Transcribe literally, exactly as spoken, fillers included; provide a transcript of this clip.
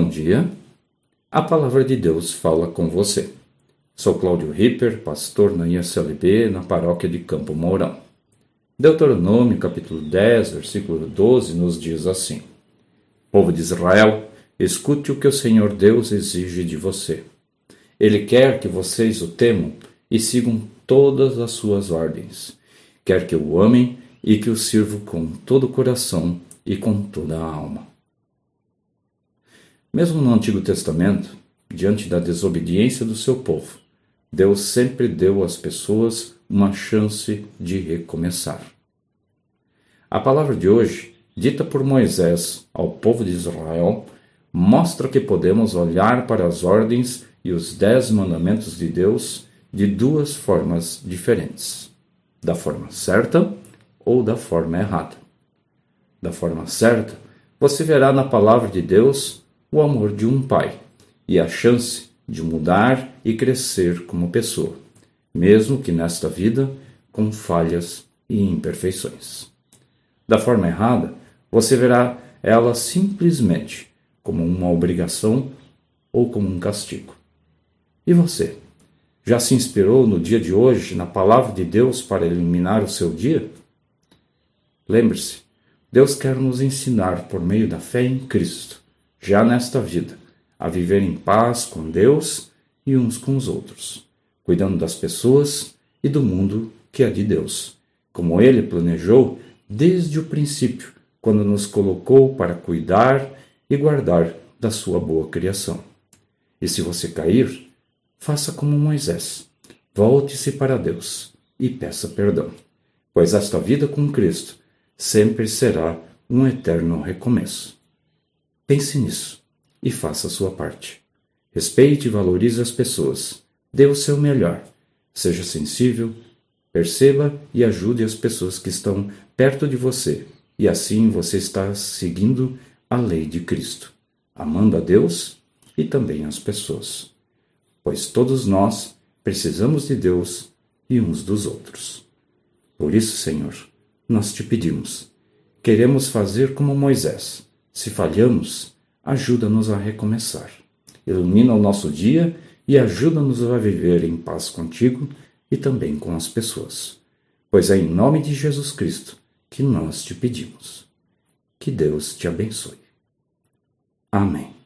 Bom dia, a Palavra de Deus fala com você. Sou Cláudio Ripper, pastor na I S L B, na paróquia de Campo Mourão. Deuteronômio, capítulo dez, versículo doze, nos diz assim: Povo de Israel, escute o que o Senhor Deus exige de você. Ele quer que vocês o temam e sigam todas as suas ordens. Quer que o amem e que o sirvam com todo o coração e com toda a alma. Mesmo no Antigo Testamento, diante da desobediência do seu povo, Deus sempre deu às pessoas uma chance de recomeçar. A palavra de hoje, dita por Moisés ao povo de Israel, mostra que podemos olhar para as ordens e os dez mandamentos de Deus de duas formas diferentes: da forma certa ou da forma errada. Da forma certa, você verá na palavra de Deus o amor de um pai e a chance de mudar e crescer como pessoa, mesmo que nesta vida com falhas e imperfeições. Da forma errada, você verá ela simplesmente como uma obrigação ou como um castigo. E você? Já se inspirou no dia de hoje na palavra de Deus para eliminar o seu dia? Lembre-se, Deus quer nos ensinar por meio da fé em Cristo, já nesta vida, a viver em paz com Deus e uns com os outros, cuidando das pessoas e do mundo que é de Deus, como Ele planejou desde o princípio, quando nos colocou para cuidar e guardar da sua boa criação. E se você cair, faça como Moisés, volte-se para Deus e peça perdão, pois esta vida com Cristo sempre será um eterno recomeço. Pense nisso e faça a sua parte. Respeite e valorize as pessoas. Dê o seu melhor. Seja sensível, perceba e ajude as pessoas que estão perto de você. E assim você está seguindo a lei de Cristo, amando a Deus e também as pessoas. Pois todos nós precisamos de Deus e uns dos outros. Por isso, Senhor, nós te pedimos. Queremos fazer como Moisés. Se falhamos, ajuda-nos a recomeçar. Ilumina o nosso dia e ajuda-nos a viver em paz contigo e também com as pessoas. Pois é em nome de Jesus Cristo que nós te pedimos. Que Deus te abençoe. Amém.